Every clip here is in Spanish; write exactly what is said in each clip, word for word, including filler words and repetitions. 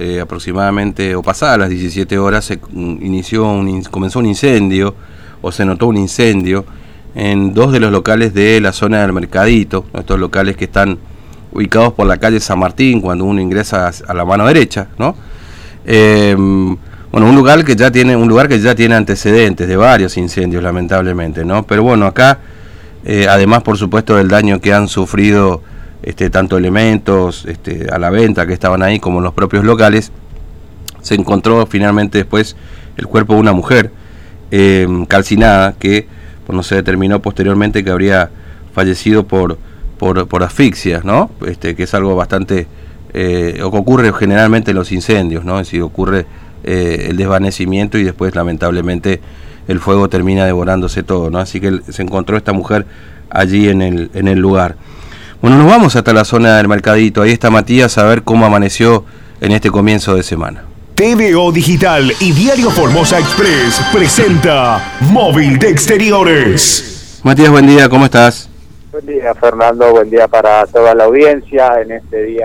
eh, aproximadamente, o pasadas las diecisiete horas, se inició un, comenzó un incendio, o se notó un incendio, en dos de los locales de la zona del Mercadito, estos locales que están ubicados por la calle San Martín, cuando uno ingresa a la mano derecha, ¿no? Eh, bueno, un lugar que ya tiene un lugar que ya tiene antecedentes de varios incendios, lamentablemente, ¿no? Pero bueno, acá, eh, además, por supuesto, del daño que han sufrido este, tanto elementos este, a la venta que estaban ahí como los propios locales, se encontró finalmente después el cuerpo de una mujer eh, calcinada que, bueno, se determinó posteriormente que habría fallecido por por, por asfixia, ¿no? Este, que es algo bastante eh, o que ocurre generalmente en los incendios, ¿no? Es decir, ocurre eh, el desvanecimiento y después lamentablemente el fuego termina devorándose todo, ¿no? Así que se encontró esta mujer allí en el en el lugar. Bueno, nos vamos hasta la zona del Mercadito. Ahí está Matías a ver cómo amaneció en este comienzo de semana. T V O Digital y Diario Formosa Express presenta Móvil de Exteriores. Matías, buen día, ¿cómo estás? Buen día, Fernando, buen día para toda la audiencia en este día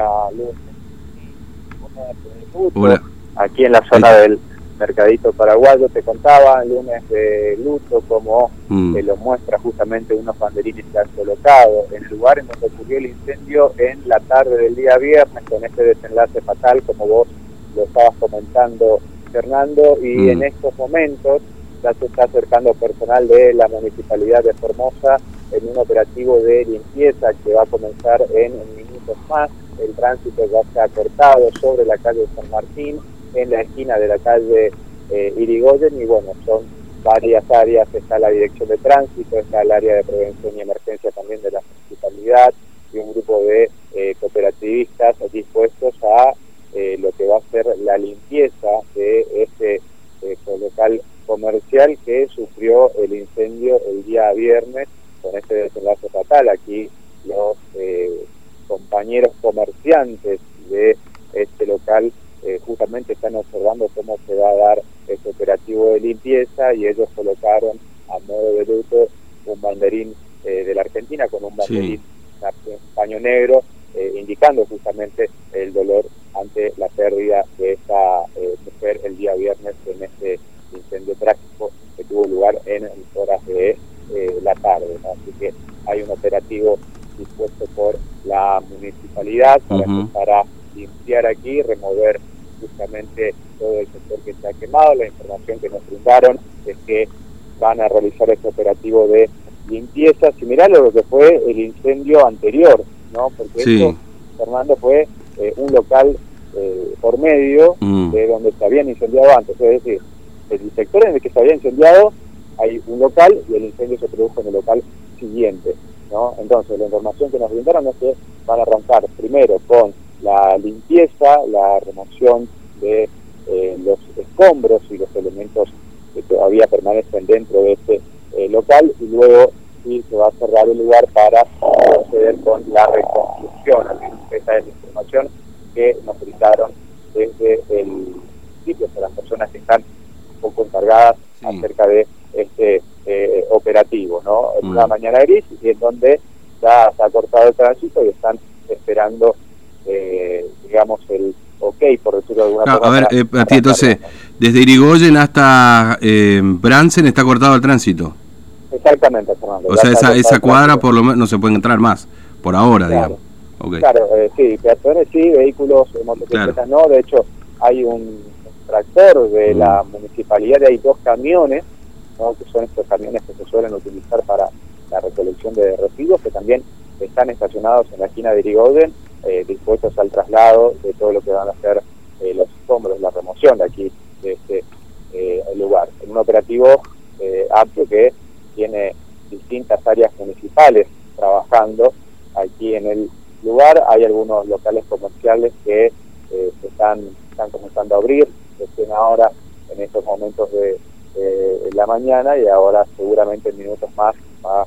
lunes. Hola. Aquí en la zona Ahí. del Mercadito Paraguayo, te contaba, lunes de luto, como mm. te lo muestra justamente unos banderines que han colocado en el lugar en donde ocurrió el incendio en la tarde del día viernes, con este desenlace fatal, como vos lo estabas comentando, Fernando, y mm. en estos momentos ya se está acercando personal de la Municipalidad de Formosa en un operativo de limpieza que va a comenzar en minutos más. El tránsito ya se ha cortado sobre la calle San Martín, en la esquina de la calle eh, Irigoyen, y bueno, son varias áreas. Está la dirección de tránsito, está el área de prevención y emergencia también de la municipalidad, y un grupo de eh, cooperativistas dispuestos a eh, lo que va a ser la limpieza de este eh, local comercial que sufrió el incendio el día viernes con este desenlace fatal. Aquí los eh, compañeros comerciantes de este local eh, justamente están observando cómo se va a dar este operativo de limpieza, y ellos colocaron a modo de luto un banderín eh, de la Argentina con un banderín, sí. un paño negro, eh, indicando justamente el dolor ante la pérdida de esta eh, mujer el día viernes en este incendio trágico que tuvo lugar en horas de eh, la tarde, ¿no? Así que hay un operativo dispuesto por la municipalidad para uh-huh. empezar a limpiar aquí, remover justamente todo el sector que se ha quemado. La información que nos brindaron es que van a realizar este operativo de limpieza similar a lo que fue el incendio anterior, ¿no? Porque sí. esto, Fernando, fue eh, un local eh, por medio mm. de donde se habían incendiado antes, es decir, el sector en el que se había incendiado hay un local y el incendio se produjo en el local siguiente, ¿no? Entonces, la información que nos brindaron es que van a arrancar primero con la limpieza, la remoción de eh, los escombros y los elementos que todavía permanecen dentro de este eh, local, y luego sí se va a cerrar el lugar para proceder con la reconstrucción. Esa es la información que nos brindaron desde el sitio de las personas que están un poco encargadas sí. acerca de este eh, operativo, ¿no? En mm. una mañana gris, y en donde ya se ha cortado el tránsito y están esperando, eh, digamos, el ok, por decirlo de alguna claro, forma. A ver, eh, a ti, entonces, desde Irigoyen hasta eh, Bransen está cortado el tránsito. Exactamente, Fernando. O sea, esa, esa cuadra por lo menos no se puede entrar más, por ahora, claro. digamos. Okay. Claro, eh, sí, peatones sí, vehículos, motocicletas claro. no. De hecho, hay un tractor de mm. la municipalidad, y hay dos camiones, ¿no? que son estos camiones que se suelen utilizar para la recolección de residuos, que también están estacionados en la esquina de Irigoyen, eh, dispuestos al traslado de todo lo que van a hacer eh, los escombros, la remoción de aquí, de este eh, lugar. En un operativo eh, amplio que tiene distintas áreas municipales trabajando aquí en el lugar. Hay algunos locales comerciales que eh, se están, están comenzando a abrir, recién ahora en estos momentos de, de la mañana, y ahora seguramente en minutos más va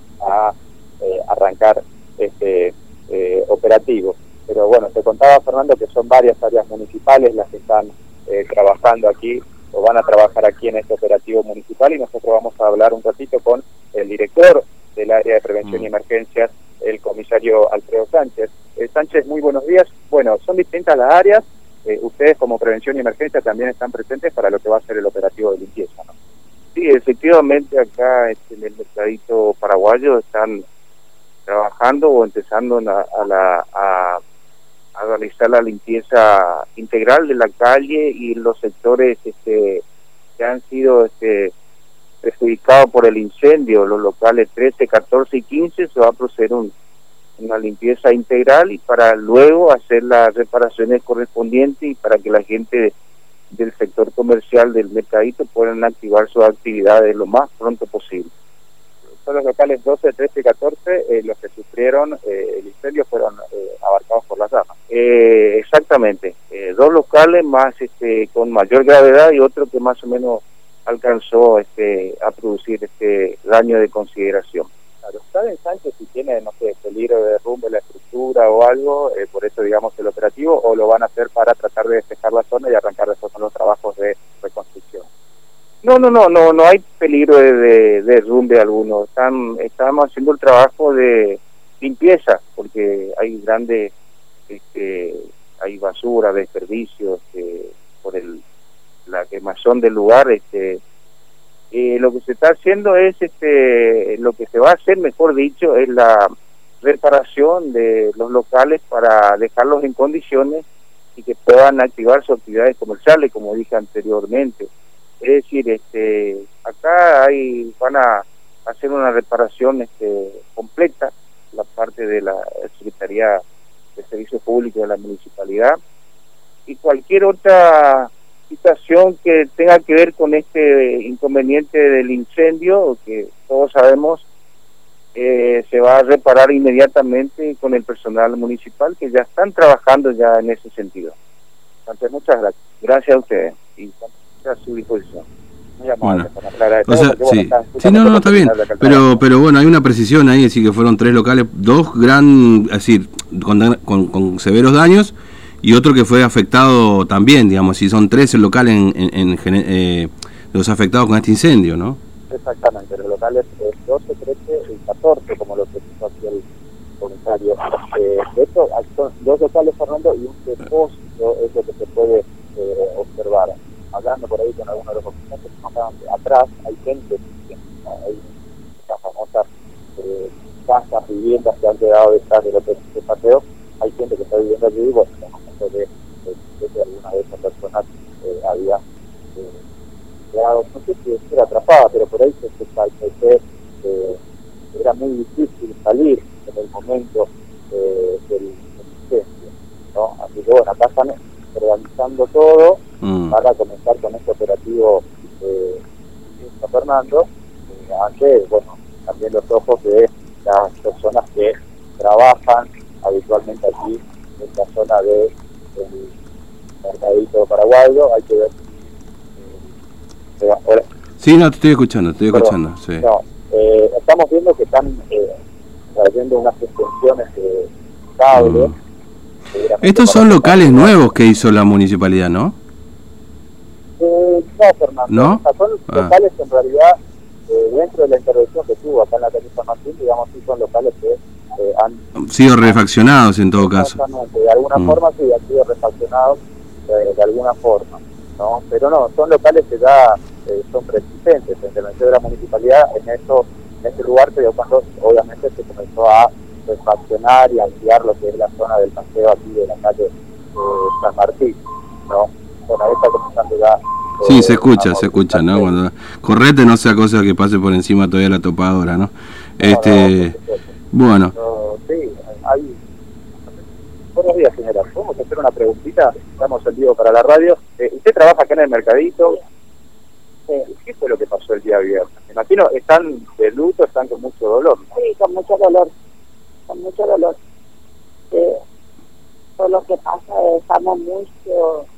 a eh, arrancar este eh, operativo. Pero bueno, te contaba, Fernando, que son varias áreas municipales las que están eh, trabajando aquí o van a trabajar aquí en este operativo municipal, y nosotros vamos a hablar un ratito con el director del área de prevención mm. y emergencias, el comisario Alfredo Sánchez. Eh, Sánchez, muy buenos días. Bueno, son distintas las áreas, eh, ustedes como prevención y emergencia también están presentes para lo que va a ser el operativo de limpieza, ¿no? Sí, efectivamente acá este, en el mercadito paraguayo están trabajando o empezando a, a, la, a, a realizar la limpieza integral de la calle y los sectores este, que han sido este, perjudicados por el incendio, los locales trece, catorce y quince, se va a proceder un, una limpieza integral y para luego hacer las reparaciones correspondientes y para que la gente del sector comercial del mercadito puedan activar sus actividades lo más pronto posible. Son los locales doce, trece y catorce eh, los que sufrieron eh, el incendio, fueron eh, abarcados por las llamas. Eh, exactamente, eh, dos locales más este con mayor gravedad y otro que más o menos alcanzó este a producir este daño de consideración. Claro, ¿saben, Sánchez, si tiene, no sé, peligro de derrumbe la estructura o algo, eh, por eso digamos el operativo, o lo van a hacer para tratar de despejar la zona y arrancar después con los trabajos de reconstrucción? No, no, no, no, no hay peligro de, de, de derrumbe alguno. Están, estamos haciendo el trabajo de limpieza, porque hay grandes, este, hay basura, desperdicios, este, por el, la quemazón del lugar. Este, eh, lo que se está haciendo es, este, lo que se va a hacer, mejor dicho, es la reparación de los locales para dejarlos en condiciones y que puedan activar sus actividades comerciales, como dije anteriormente. Es decir, este, acá hay, van a hacer una reparación este, completa, la parte de la Secretaría de Servicios Públicos de la Municipalidad, y cualquier otra situación que tenga que ver con este inconveniente del incendio, que todos sabemos, eh, se va a reparar inmediatamente con el personal municipal, que ya están trabajando ya en ese sentido. Entonces, muchas gracias. Gracias a ustedes. Y a su disposición. Bueno, o sea, sí, sí, no, no, está bien, pero, pero bueno, hay una precisión ahí, es decir, que fueron tres locales, dos gran, es decir, con, con, con severos daños, y otro que fue afectado también, digamos, si son tres el local en, en, en eh, los afectados con este incendio, ¿no? Exactamente, los locales eh, doce, trece y catorce, como lo que hizo aquí el comentario. Eh, de hecho, son dos locales, Fernando, y un depósito es lo que se puede eh, observar. Hablando por ahí con algunos de los oficiantes, atrás hay gente, hay estas famosas eh, casas, viviendas que han quedado detrás de lo que es el paseo, hay gente que está viviendo allí y bueno, en el momento de, de, de que alguna de esas personas eh, había eh, quedado, no sé si era atrapada, pero por ahí se se eh, era muy difícil salir en el momento eh, del, del incendio, ¿no? Así que bueno, acá están organizando todo mm. para comenzar con este operativo eh, de Fernando, eh, ante, bueno, también los ojos de las personas que trabajan habitualmente aquí en la zona del de mercadito paraguayo. Hay que ver si... Eh, eh, sí, no, te estoy escuchando, te estoy escuchando. Pero, sí. No, eh, estamos viendo que están eh, trayendo unas extensiones de cable. Mm. Estos son locales nuevos que hizo la municipalidad, ¿no? Eh, no, Fernando. ¿No? O sea, son ah. locales que en realidad, eh, dentro de la intervención que tuvo acá en la calle San Martín, digamos, sí son locales que eh, han sido refaccionados en todo caso. De alguna mm. forma sí han sido refaccionados eh, de alguna forma, ¿no? Pero no, son locales que ya eh, son preexistentes. La intervención de la municipalidad en, eso, en este lugar se dio cuando obviamente se comenzó a refaccionar y ampliar lo que es la zona del paseo aquí de la calle eh, San Martín, ¿no? Bueno, ahí está comenzando ya. Eh, sí, se escucha, se escucha, ¿no? Cuando correte no sea cosa que pase por encima todavía la topadora, ¿no? no este, no, bueno. Pero, sí, hay... Buenos días, señora. ¿Podemos hacer una preguntita? Estamos en vivo para la radio. Eh, ¿Usted trabaja acá en el mercadito? Eh, ¿Qué fue lo que pasó el día viernes? Me imagino, están de luto, están con mucho dolor, ¿no? Sí, con mucho dolor. con mucho dolor. Eh, todo lo que pasa, eh, estamos mucho,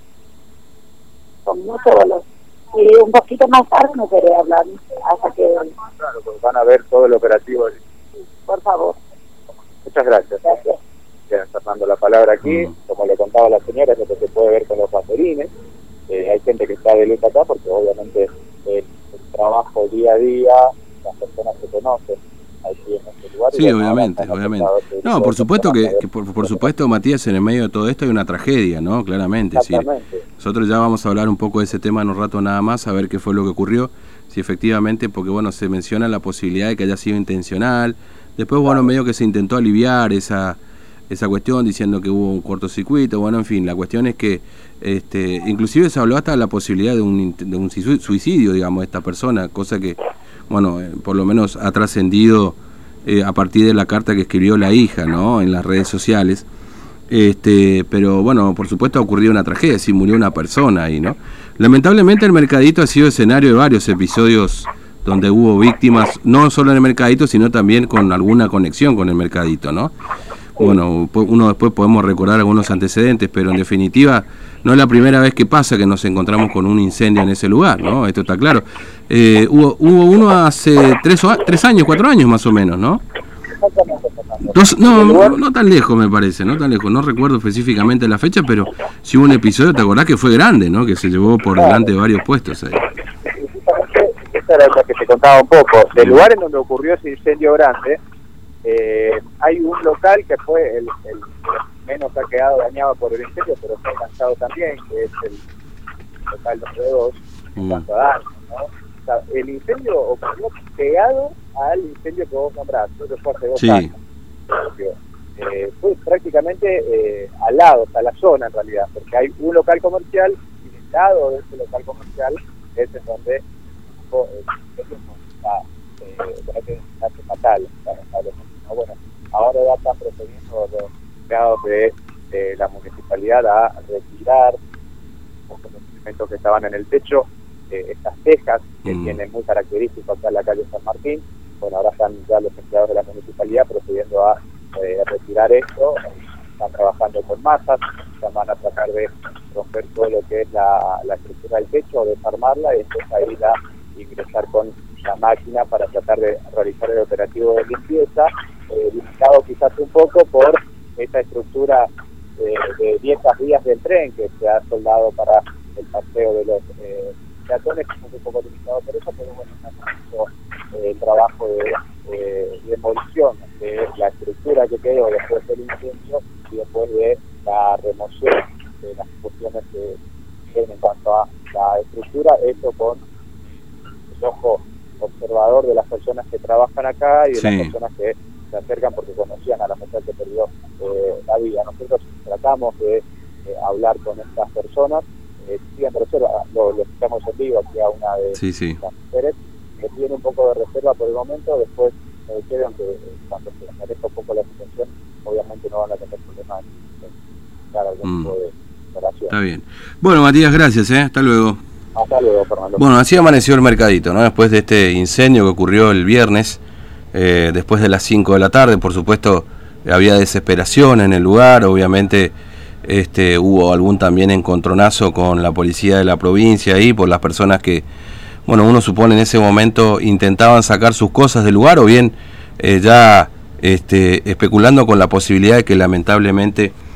con mucho dolor. Y un poquito más tarde no quería hablar, hasta que... Claro, pues van a ver todo el operativo. Sí, por favor. Muchas gracias. Gracias. Ya dando la palabra aquí, mm. como le contaba la señora, es lo que se puede ver con los banderines. Eh, hay gente que está de luto acá porque obviamente eh, el trabajo día a día, las personas se conocen aquí en este lugar. Sí, obviamente, obviamente. No, por supuesto que, que por, por supuesto, Matías, en el medio de todo esto hay una tragedia, ¿no? Claramente. Sí. Nosotros ya vamos a hablar un poco de ese tema en un rato nada más, a ver qué fue lo que ocurrió, si efectivamente, porque bueno, se menciona la posibilidad de que haya sido intencional. Después, bueno, medio que se intentó aliviar esa esa cuestión diciendo que hubo un cortocircuito, bueno, en fin, la cuestión es que este inclusive se habló hasta de la posibilidad de un, de un suicidio, digamos, de esta persona, cosa que, bueno, eh, por lo menos ha trascendido eh, a partir de la carta que escribió la hija, ¿no?, en las redes sociales, este pero bueno, por supuesto ha ocurrido una tragedia, sí, murió una persona ahí, ¿no? Lamentablemente el Mercadito ha sido escenario de varios episodios donde hubo víctimas, no solo en el Mercadito, sino también con alguna conexión con el Mercadito, ¿no? Bueno, uno después podemos recordar algunos antecedentes, pero en definitiva no es la primera vez que pasa que nos encontramos con un incendio en ese lugar, ¿no? Esto está claro. Eh, hubo, hubo uno hace tres, tres años, cuatro años más o menos, ¿no? Dos, no, no, no tan lejos me parece, no tan lejos, no recuerdo específicamente la fecha, pero sí hubo un episodio, ¿te acordás que fue grande, ¿no? Que se llevó por delante varios puestos ahí. Esa era la que te contaba un poco. Del lugar en donde ocurrió ese incendio grande, Eh, hay un local que fue el, el menos ha quedado dañado por el incendio, pero fue alcanzado también, que es el local número dos, en cuanto a daño, ¿no? O sea, el incendio ocurrió pegado al incendio que vos nombrás, creo que fue hace dos sí. años. Eh, fue prácticamente eh, al lado, hasta la zona en realidad, porque hay un local comercial y al lado de ese local comercial es en donde el incendio está, eh, está fatal, lamentablemente. Bueno, ahora ya están procediendo los empleados de, de la municipalidad a retirar los elementos que estaban en el techo, eh, estas tejas que mm. tienen muy característicos acá en la calle San Martín. Bueno, ahora están ya los empleados de la municipalidad procediendo a eh, retirar esto, están trabajando con masas, ya van a tratar de romper todo lo que es la, la estructura del techo, desarmarla y después ahí la ingresar con la máquina para tratar de realizar el operativo de limpieza, eh, limitado quizás un poco por esta estructura eh, de viejas vías del tren que se ha soldado para el paseo de los eh, peatones, que es un poco limitado por eso, pero bueno, está haciendo eh, el trabajo de eh, demolición de la estructura que quedó después del incendio y después de la remoción de las cuestiones que tienen en cuanto a la estructura, eso con el ojo observador de las personas que trabajan acá y de sí. las personas que se acercan porque conocían a la mujer que perdió eh, la vida. Nosotros tratamos de eh, hablar con estas personas, eh, siguen reserva, lo, lo escuchamos en vivo aquí a una de sí, sí. las mujeres, que tiene un poco de reserva por el momento, después me dijeron que eh, cuando se establezca un poco la situación, obviamente no van a tener problemas en dar algún mm. tipo de relación. Está bien. Bueno, Matías, gracias, ¿eh? Hasta luego. Hasta luego, Fernando. Bueno, así amaneció el Mercadito, ¿no? Después de este incendio que ocurrió el viernes, eh, después de las cinco de la tarde, por supuesto, había desesperación en el lugar, obviamente este, hubo algún también encontronazo con la policía de la provincia ahí, por las personas que, bueno, uno supone en ese momento intentaban sacar sus cosas del lugar, o bien eh, ya este, especulando con la posibilidad de que lamentablemente